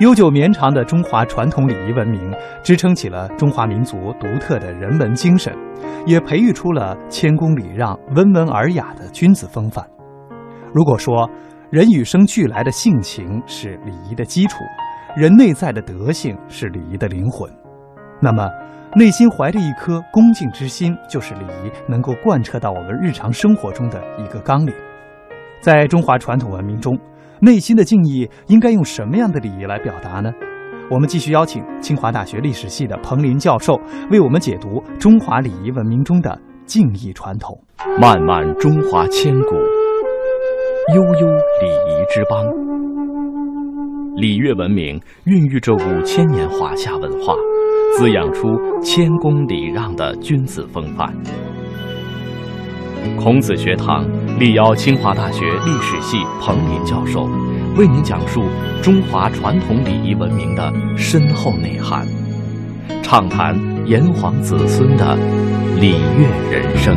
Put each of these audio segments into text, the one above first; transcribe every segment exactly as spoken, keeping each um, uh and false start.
悠久绵长的中华传统礼仪文明支撑起了中华民族独特的人文精神，也培育出了谦恭礼让、温文尔雅的君子风范。如果说人与生俱来的性情是礼仪的基础，人内在的德性是礼仪的灵魂，那么内心怀着一颗恭敬之心，就是礼仪能够贯彻到我们日常生活中的一个纲领。在中华传统文明中，内心的敬意应该用什么样的礼仪来表达呢？我们继续邀请清华大学历史系的彭林教授为我们解读中华礼仪文明中的敬意传统。 漫漫中华千古，悠悠礼仪之邦。礼乐文明孕育着五千年华夏文化，滋养出谦恭礼让的君子风范。孔子学堂力邀清华大学历史系彭林教授，为您讲述中华传统礼仪文明的深厚内涵，畅谈炎黄子孙的礼乐人生。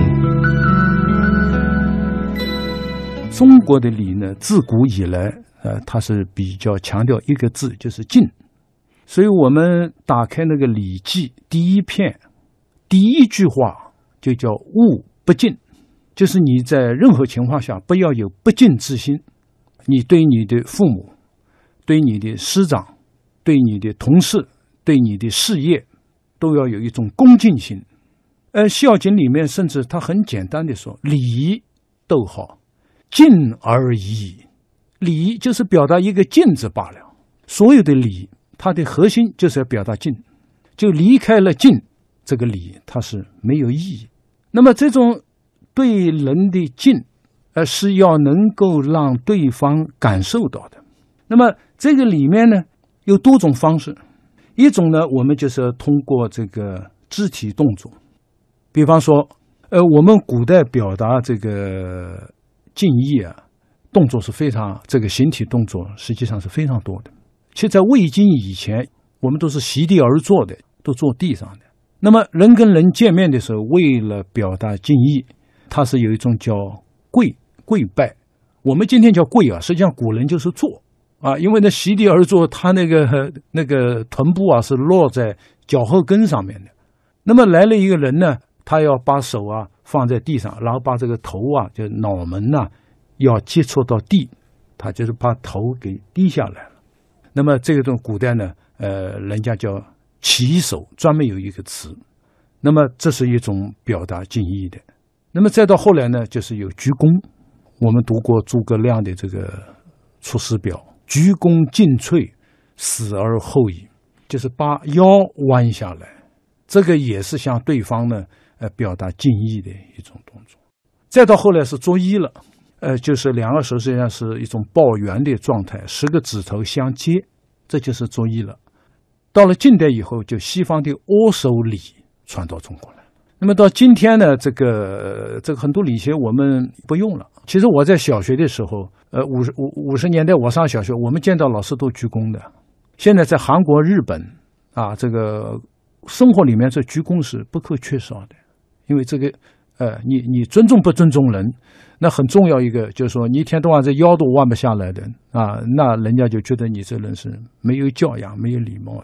中国的礼呢，自古以来，呃，它是比较强调一个字，就是敬。所以我们打开那个《礼记》第一篇，第一句话就叫“勿不敬”，就是你在任何情况下不要有不敬之心。你对你的父母、对你的师长、对你的同事、对你的事业，都要有一种恭敬心。而《孝经》里面甚至他很简单的说：“礼仪，逗号，敬而已。”礼仪就是表达一个敬字罢了。所有的礼，它的核心就是要表达敬，就离开了敬，这个礼它是没有意义。那么这种对人的敬，而是要能够让对方感受到的。那么这个里面呢，有多种方式。一种呢，我们就是通过这个肢体动作，比方说，呃，我们古代表达这个敬意啊，动作是非常，这个形体动作实际上是非常多的。其实在魏晋以前，我们都是席地而坐的，都坐地上的。那么人跟人见面的时候，为了表达敬意，它是有一种叫跪跪拜。我们今天叫跪啊，实际上古人就是坐啊，因为那席地而坐，他那个那个臀部啊是落在脚后跟上面的。那么来了一个人呢，他要把手啊放在地上，然后把这个头啊，就脑门呐、啊，要接触到地，他就是把头给低下来了。那么这个东古代呢，呃，人家叫起手，专门有一个词。那么这是一种表达敬意的。那么再到后来呢，就是有鞠躬。我们读过诸葛亮的这个《出师表》，鞠躬尽瘁，死而后已，就是把腰弯下来，这个也是向对方呢，呃，表达敬意的一种动作。再到后来是作揖了。呃，就是两个手实际上是一种抱圆的状态，十个指头相接，这就是作揖了。到了近代以后，就西方的握手礼传到中国来。那么到今天呢，这个这个很多礼节我们不用了。其实我在小学的时候，呃，五十五五十年代我上小学，我们见到老师都鞠躬的。现在在韩国、日本啊，这个生活里面这鞠躬是不可缺少的，因为这个呃，你你尊重不尊重人。那很重要一个就是说，你一天到晚这腰都弯不下来的啊，那人家就觉得你这人是没有教养、没有礼貌。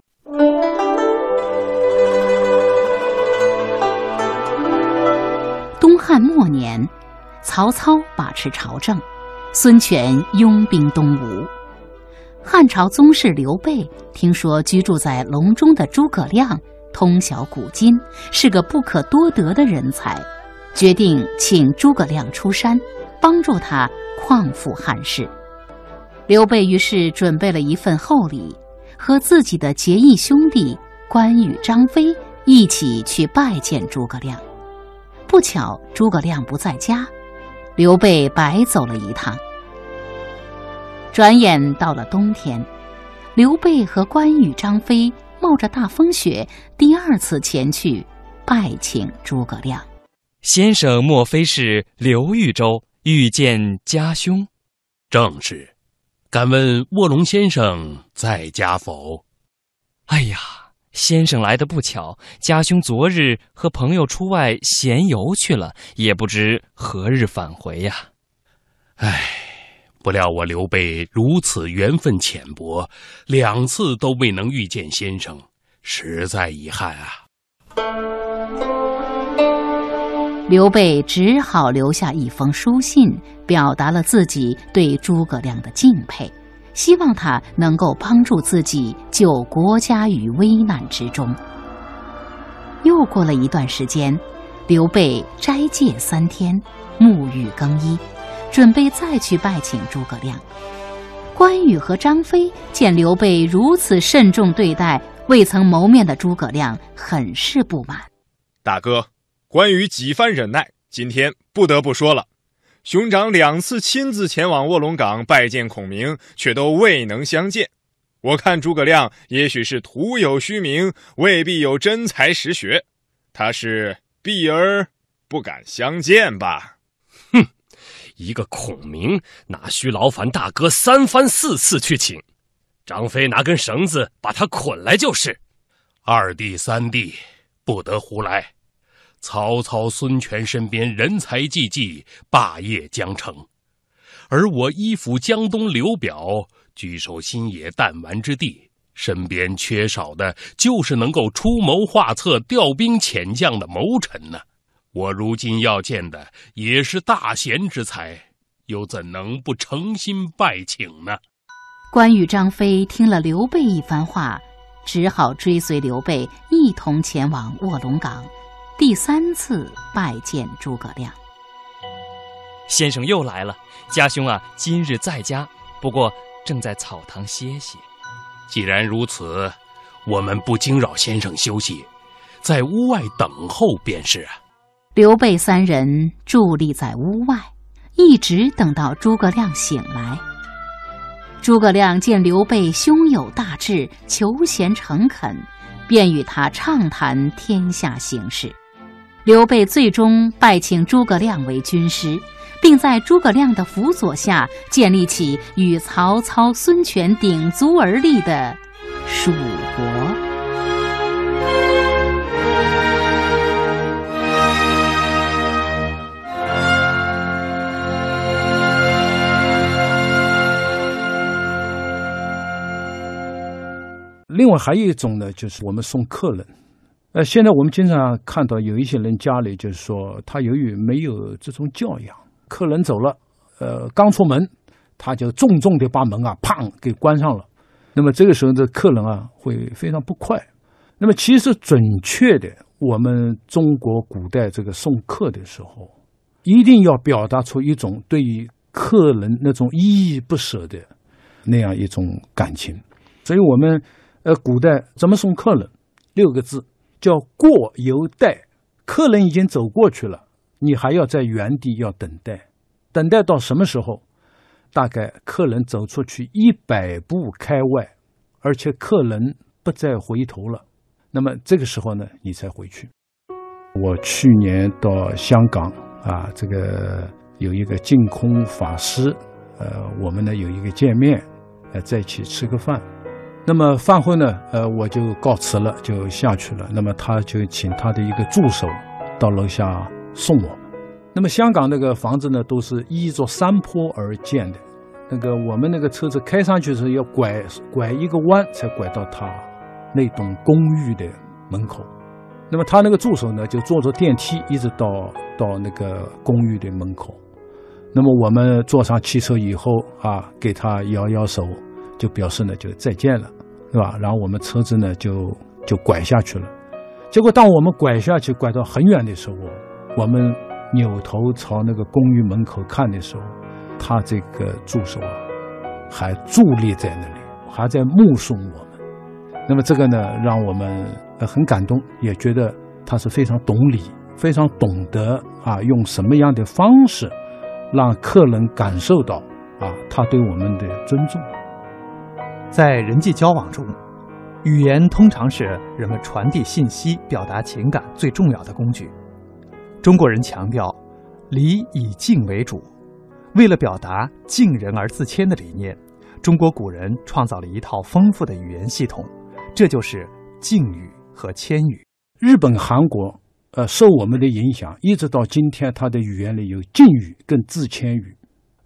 东汉末年，曹操把持朝政，孙权拥兵东吴。汉朝宗室刘备听说居住在隆中的诸葛亮通晓古今，是个不可多得的人才，决定请诸葛亮出山，帮助他匡复汉室。刘备于是准备了一份厚礼，和自己的结义兄弟关羽、张飞一起去拜见诸葛亮。不巧诸葛亮不在家，刘备白走了一趟。转眼到了冬天，刘备和关羽、张飞冒着大风雪，第二次前去拜请诸葛亮。 先生莫非是刘豫州遇见家兄？ 正是，敢问卧龙先生在家否？ 哎呀，先生来得不巧，家兄昨日和朋友出外闲游去了，也不知何日返回呀。 唉， 不料我刘备如此缘分浅薄，两次都未能遇见先生，实在遗憾啊。 刘备只好留下一封书信，表达了自己对诸葛亮的敬佩，希望他能够帮助自己救国家于危难之中。又过了一段时间，刘备斋戒三天，沐浴更衣，准备再去拜请诸葛亮。关羽和张飞见刘备如此慎重对待未曾谋面的诸葛亮，很是不满。 大哥，关羽几番忍耐，今天不得不说了，兄长两次亲自前往卧龙岗拜见孔明，却都未能相见。我看诸葛亮也许是徒有虚名，未必有真才实学，他是避而不敢相见吧。 哼，一个孔明哪需劳烦大哥三番四次去请，张飞拿根绳子把他捆来就是。二弟三弟不得胡来，曹操孙权身边人才济济，霸业将成，而我依附江东刘表，居守新野弹丸之地，身边缺少的就是能够出谋划策、调兵遣将的谋臣呢。我如今要见的也是大贤之才，又怎能不诚心拜请呢？ 关羽、张飞听了刘备一番话，只好追随刘备一同前往卧龙岗，第三次拜见诸葛亮。 先生又来了，家兄啊，今日在家，不过正在草堂歇息。 既然如此，我们不惊扰先生休息，在屋外等候便是啊。 刘备三人伫立在屋外，一直等到诸葛亮醒来。诸葛亮见刘备胸有大志，求贤诚恳，便与他畅谈天下形势。刘备最终拜请诸葛亮为军师，并在诸葛亮的辅佐下建立起与曹操、孙权鼎足而立的蜀国。 另外还有一种呢，就是我们送客人。呃，现在我们经常看到有一些人家里就是说，他由于没有这种教养，客人走了，呃，刚出门，他就重重地把门啊，砰给关上了。那么这个时候的客人啊，会非常不快。那么其实准确的，我们中国古代这个送客的时候，一定要表达出一种对于客人那种依依不舍的那样一种感情。所以我们呃，古代怎么送客人？六个字，叫过犹待。客人已经走过去了，你还要在原地要等待，等待到什么时候？大概客人走出去一百步开外，而且客人不再回头了，那么这个时候呢，你才回去。我去年到香港啊，这个有一个净空法师，呃，我们呢有一个见面，呃，在一起吃个饭。那么饭后呢，呃，我就告辞了，就下去了。那么他就请他的一个助手到楼下送我们。那么香港那个房子呢，都是依着山坡而建的。那个我们那个车子开上去的时候，要拐拐一个弯才拐到他那栋公寓的门口。那么他那个助手呢，就坐着电梯一直到到那个公寓的门口。那么我们坐上汽车以后啊，给他摇摇手，就表示呢就再见了，是吧？然后我们车子呢就就拐下去了。结果当我们拐下去拐到很远的时候，我们扭头朝那个公寓门口看的时候，他这个助手啊还伫立在那里，还在目送我们。那么这个呢让我们很感动，也觉得他是非常懂礼，非常懂得啊用什么样的方式让客人感受到啊他对我们的尊重。 在人际交往中，语言通常是人们传递信息、表达情感最重要的工具。中国人强调礼以敬为主，为了表达敬人而自谦的理念，中国古人创造了一套丰富的语言系统，这就是敬语和谦语。 日本、韩国呃，受我们的影响，一直到今天，它的语言里有敬语跟自谦语。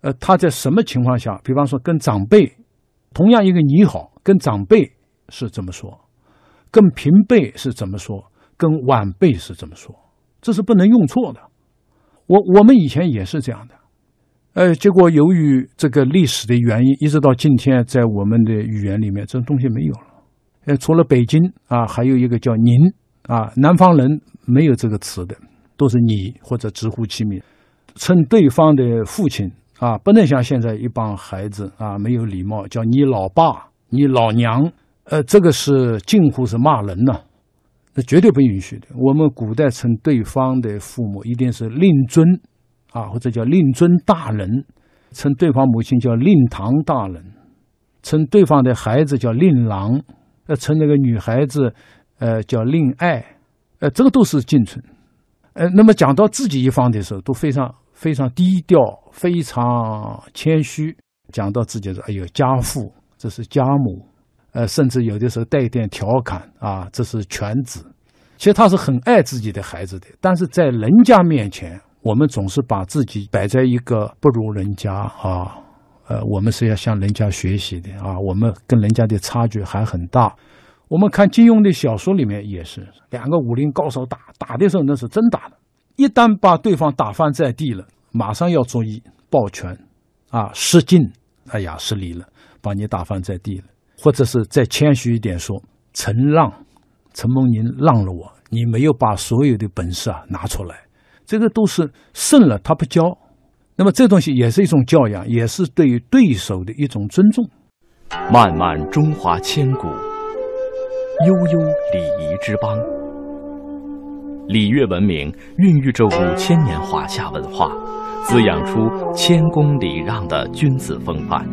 呃，他在什么情况下，比方说跟长辈，同样一个你好，跟长辈是怎么说，跟平辈是怎么说，跟晚辈是怎么说，这是不能用错的。我我们以前也是这样的，呃，结果由于这个历史的原因，一直到今天，在我们的语言里面，这种东西没有了。呃，除了北京啊，还有一个叫您啊，南方人没有这个词的，都是你或者直呼其名，称对方的父亲啊，不能像现在一帮孩子啊没有礼貌，叫你老爸、你老娘，呃，这个是近乎是骂人呢，那绝对不允许的。我们古代称对方的父母一定是令尊啊，或者叫令尊大人，称对方母亲叫令堂大人，称对方的孩子叫令郎，呃，称那个女孩子呃叫令爱，呃，这个都是敬称。呃，那么讲到自己一方的时候，都非常非常低调，非常谦虚。讲到自己的，哎呦，家父，这是家母，呃，甚至有的时候带一点调侃啊，这是犬子。其实他是很爱自己的孩子的，但是在人家面前，我们总是把自己摆在一个不如人家啊，呃，我们是要向人家学习的啊，我们跟人家的差距还很大。我们看金庸的小说里面也是，两个武林高手打打的时候那是真打的，一旦把对方打翻在地了，马上要作揖抱拳啊，失敬，哎呀失礼了，把你打翻在地了，或者是再谦虚一点说，承让，承蒙您让了我，你没有把所有的本事啊拿出来，这个都是胜了他不教。那么这东西也是一种教养，也是对于对手的一种尊重。 漫漫中华千古，悠悠礼仪之邦。礼乐文明孕育着五千年华夏文化，滋养出谦恭礼让的君子风范。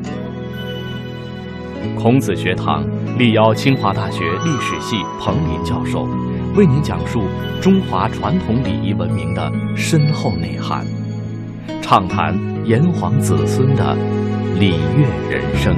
孔子学堂力邀清华大学历史系彭林教授，为您讲述中华传统礼仪文明的深厚内涵，畅谈炎黄子孙的礼乐人生。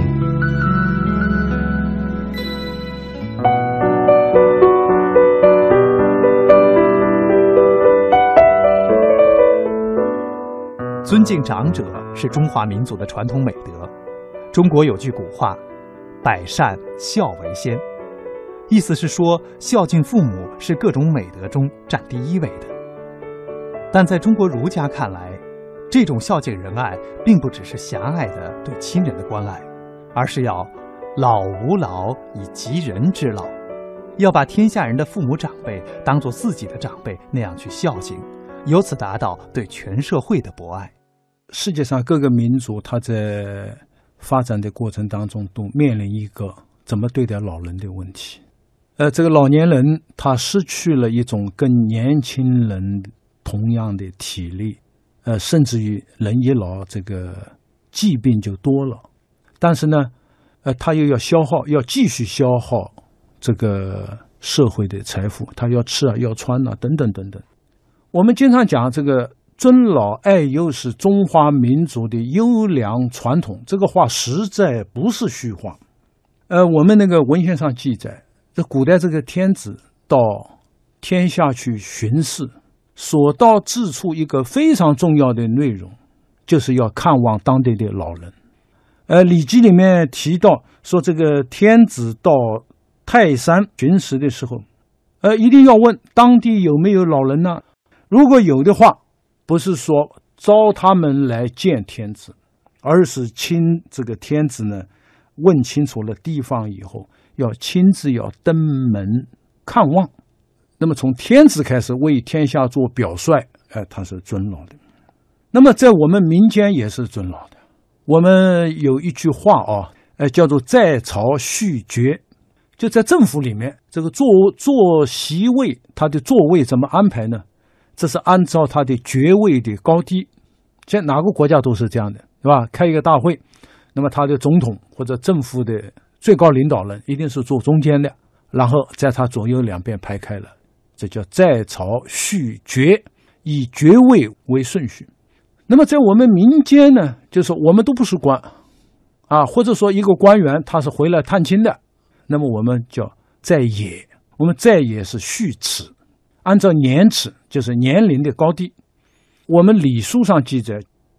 尊敬长者是中华民族的传统美德。中国有句古话，百善孝为先，意思是说孝敬父母是各种美德中占第一位的。但在中国儒家看来，这种孝敬仁爱并不只是狭隘的对亲人的关爱，而是要老吾老以及人之老，要把天下人的父母长辈当作自己的长辈那样去孝敬，由此达到对全社会的博爱。 世界上各个民族，它在发展的过程当中，都面临一个怎么对待老人的问题。呃，这个老年人他失去了一种跟年轻人同样的体力，呃，甚至于人一老，这个疾病就多了。但是呢，呃，他又要消耗，要继续消耗这个社会的财富，他要吃啊，要穿啊，等等等等。我们经常讲这个尊老爱幼是中华民族的优良传统，这个话实在不是虚话。呃，我们那个文献上记载，这古代这个天子到天下去巡视，所到之处一个非常重要的内容，就是要看望当地的老人。呃，《礼记》里面提到说，这个天子到泰山巡视的时候，呃，一定要问当地有没有老人呢？如果有的话，不是说招他们来见天子，而是亲这个天子呢，问清楚了地方以后，要亲自要登门看望。那么从天子开始为天下做表率，哎，他是尊老的。那么在我们民间也是尊老的。我们有一句话啊，呃，叫做在朝序爵，就在政府里面，这个坐坐席位，他的座位怎么安排呢？这是按照他的爵位的高低，在哪个国家都是这样的，对吧？开一个大会，那么他的总统或者政府的最高领导人一定是坐中间的，然后在他左右两边排开了，这叫在朝序爵，以爵位为顺序。那么在我们民间呢，就是我们都不是官啊，或者说一个官员他是回来探亲的，那么我们叫在野，我们在野是序齿，按照年齿，就是年龄的高低。我们礼书上记载，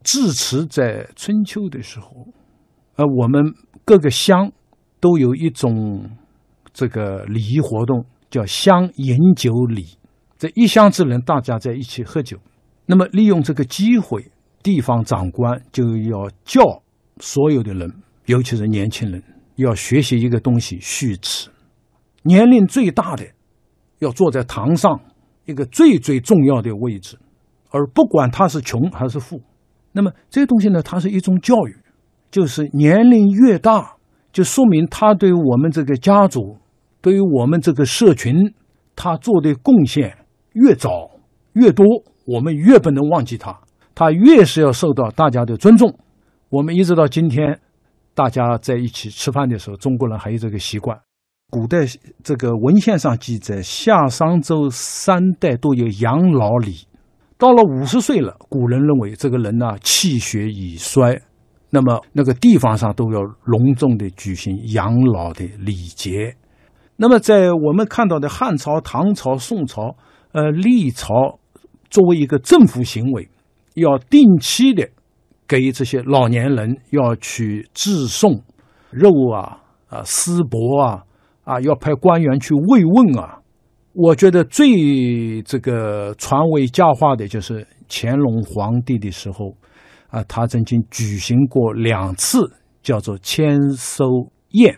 至此在春秋的时候，呃，我们各个乡都有一种这个礼仪活动，叫乡饮酒礼。这一乡之人大家在一起喝酒，那么利用这个机会，地方长官就要教所有的人，尤其是年轻人，要学习一个东西，续齿。年龄最大的要坐在堂上一个最最重要的位置，而不管他是穷还是富。那么这个东西呢，它是一种教育，就是年龄越大，就说明他对我们这个家族，对于我们这个社群，他做的贡献越早越多，我们越不能忘记他，他越是要受到大家的尊重。我们一直到今天，大家在一起吃饭的时候，中国人还有这个习惯。古代这个文献上记载，夏商周三代都有养老礼。到了五十岁了，古人认为这个人呢、啊、气血已衰，那么那个地方上都要隆重的举行养老的礼节。那么在我们看到的汉朝、唐朝、宋朝、呃历朝，作为一个政府行为，要定期的给这些老年人要去致送肉啊、啊丝帛啊、啊要派官员去慰问啊。我觉得最这个传为佳话的就是乾隆皇帝的时候啊，他曾经举行过两次叫做签收宴。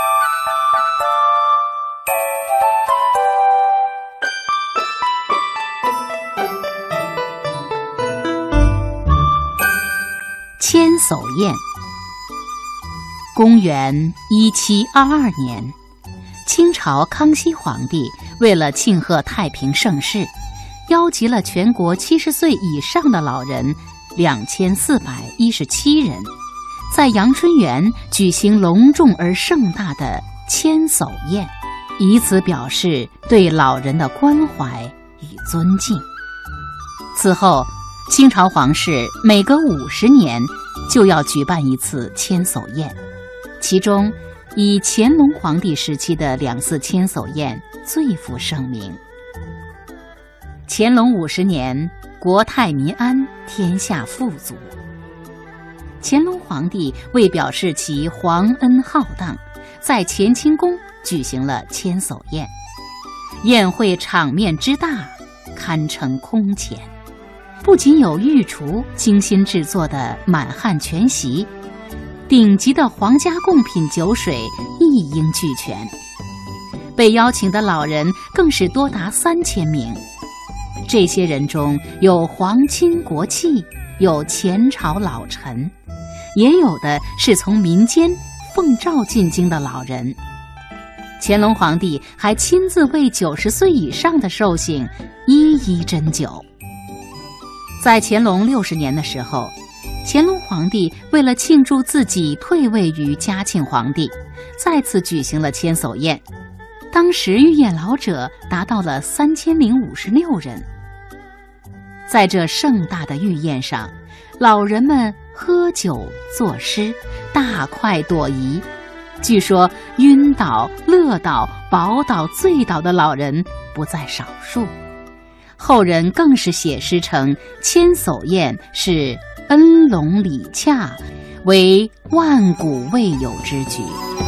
千叟宴。公元一七二二年，清朝康熙皇帝为了庆贺太平盛世，邀集了全国七十岁以上的老人两千四百一十七人，在阳春园举行隆重而盛大的千叟宴，以此表示对老人的关怀与尊敬。此后，清朝皇室每隔五十年就要举办一次千叟宴，其中以乾隆皇帝时期的两次千叟宴最负盛名。乾隆五十年，国泰民安，天下富足。乾隆皇帝为表示其皇恩浩荡，在乾清宫举行了千叟宴，宴会场面之大，堪称空前。不仅有御厨精心制作的满汉全席，顶级的皇家贡品酒水一应俱全，被邀请的老人更是多达三千名。这些人中有皇亲国戚，有前朝老臣，也有的是从民间奉诏进京的老人。乾隆皇帝还亲自为九十岁以上的寿星一一斟酒。在乾隆六十年的时候，乾隆皇帝为了庆祝自己退位于嘉庆皇帝，再次举行了千叟宴。当时御宴老者达到了三千零五十六人。在这盛大的御宴上，老人们喝酒作诗，大快朵颐。据说晕倒、乐倒、饱倒、醉倒的老人不在少数。后人更是写诗称千叟宴是恩隆礼洽，为万古未有之举。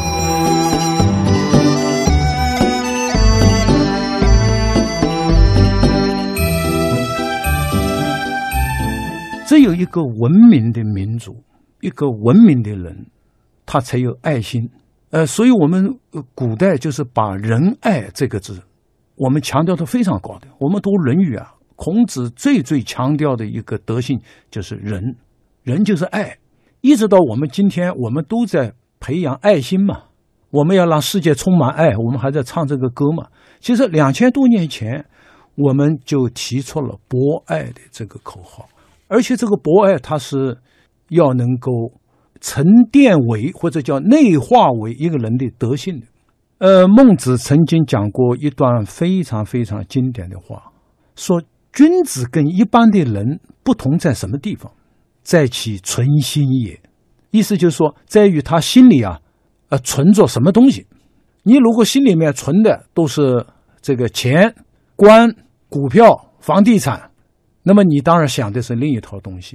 只有一个文明的民族，一个文明的人，他才有爱心。呃，所以我们古代就是把仁爱这个字，我们强调的非常高的。我们读《论语》啊，孔子最最强调的一个德性就是仁，仁就是爱。一直到我们今天，我们都在培养爱心嘛。我们要让世界充满爱，我们还在唱这个歌嘛。其实两千多年前，我们就提出了博爱的这个口号，而且这个博爱它是要能够沉淀为或者叫内化为一个人的德性的。呃，孟子曾经讲过一段非常非常经典的话，说君子跟一般的人不同在什么地方？在其存心也。意思就是说，在于他心里啊，呃，存着什么东西。你如果心里面存的都是这个钱、官、股票、房地产，那么你当然想的是另一套东西了。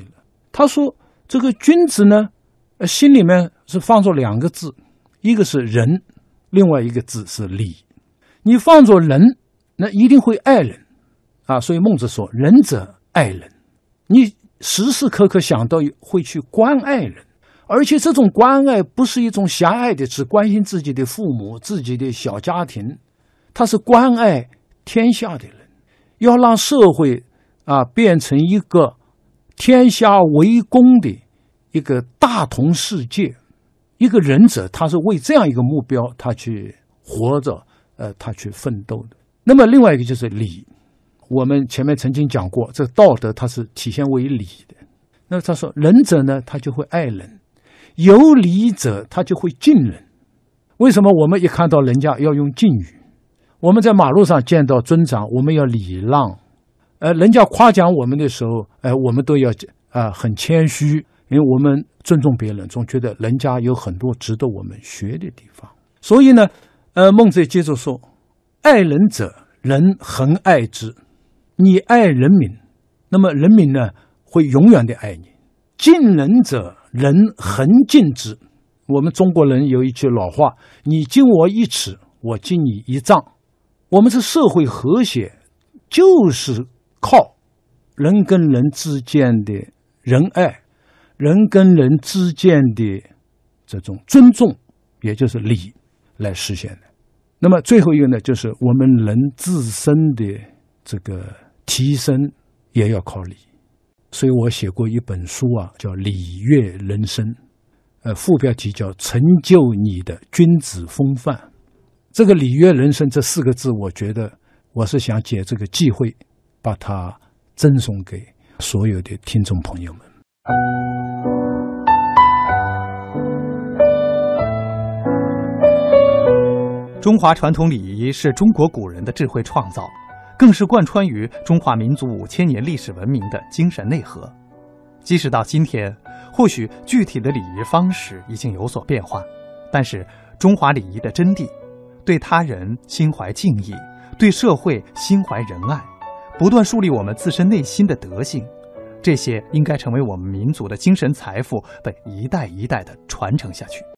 他说这个君子呢，心里面是放着两个字，一个是仁，另外一个字是礼。你放着仁，那一定会爱人啊，所以孟子说仁者爱人，你时时刻刻想到会去关爱人，而且这种关爱不是一种狭隘的只关心自己的父母自己的小家庭，他是关爱天下的人，要让社会啊变成一个天下为公的一个大同世界。一个仁者他是为这样一个目标他去活着，呃，他去奋斗的。那么另外一个就是礼，我们前面曾经讲过，这个道德它是体现为礼的。那他说仁者呢，他就会爱人，有礼者他就会敬人。为什么我们一看到人家要用敬语？我们在马路上见到尊长，我们要礼让。呃，人家夸奖我们的时候，呃，我们都要啊、呃、很谦虚，因为我们尊重别人，总觉得人家有很多值得我们学的地方。所以呢，呃，孟子接着说：“爱人者，人恒爱之。你爱人民，那么人民呢会永远的爱你。敬人者，人恒敬之。我们中国人有一句老话：你敬我一尺，我敬你一丈。我们是社会和谐，就是靠人跟人之间的仁爱，人跟人之间的这种尊重，也就是礼来实现的。那么最后一个呢，就是我们人自身的这个提升也要靠礼。所以我写过一本书啊，叫《礼乐人生》，呃，副标题叫《成就你的君子风范》。这个礼乐人生这四个字，我觉得我是想借这个机会把它赠送给所有的听众朋友们。 中华传统礼仪是中国古人的智慧创造，更是贯穿于中华民族五千年历史文明的精神内核。即使到今天，或许具体的礼仪方式已经有所变化，但是中华礼仪的真谛，对他人心怀敬意，对社会心怀仁爱，不断树立我们自身内心的德性，这些应该成为我们民族的精神财富，被一代一代的传承下去。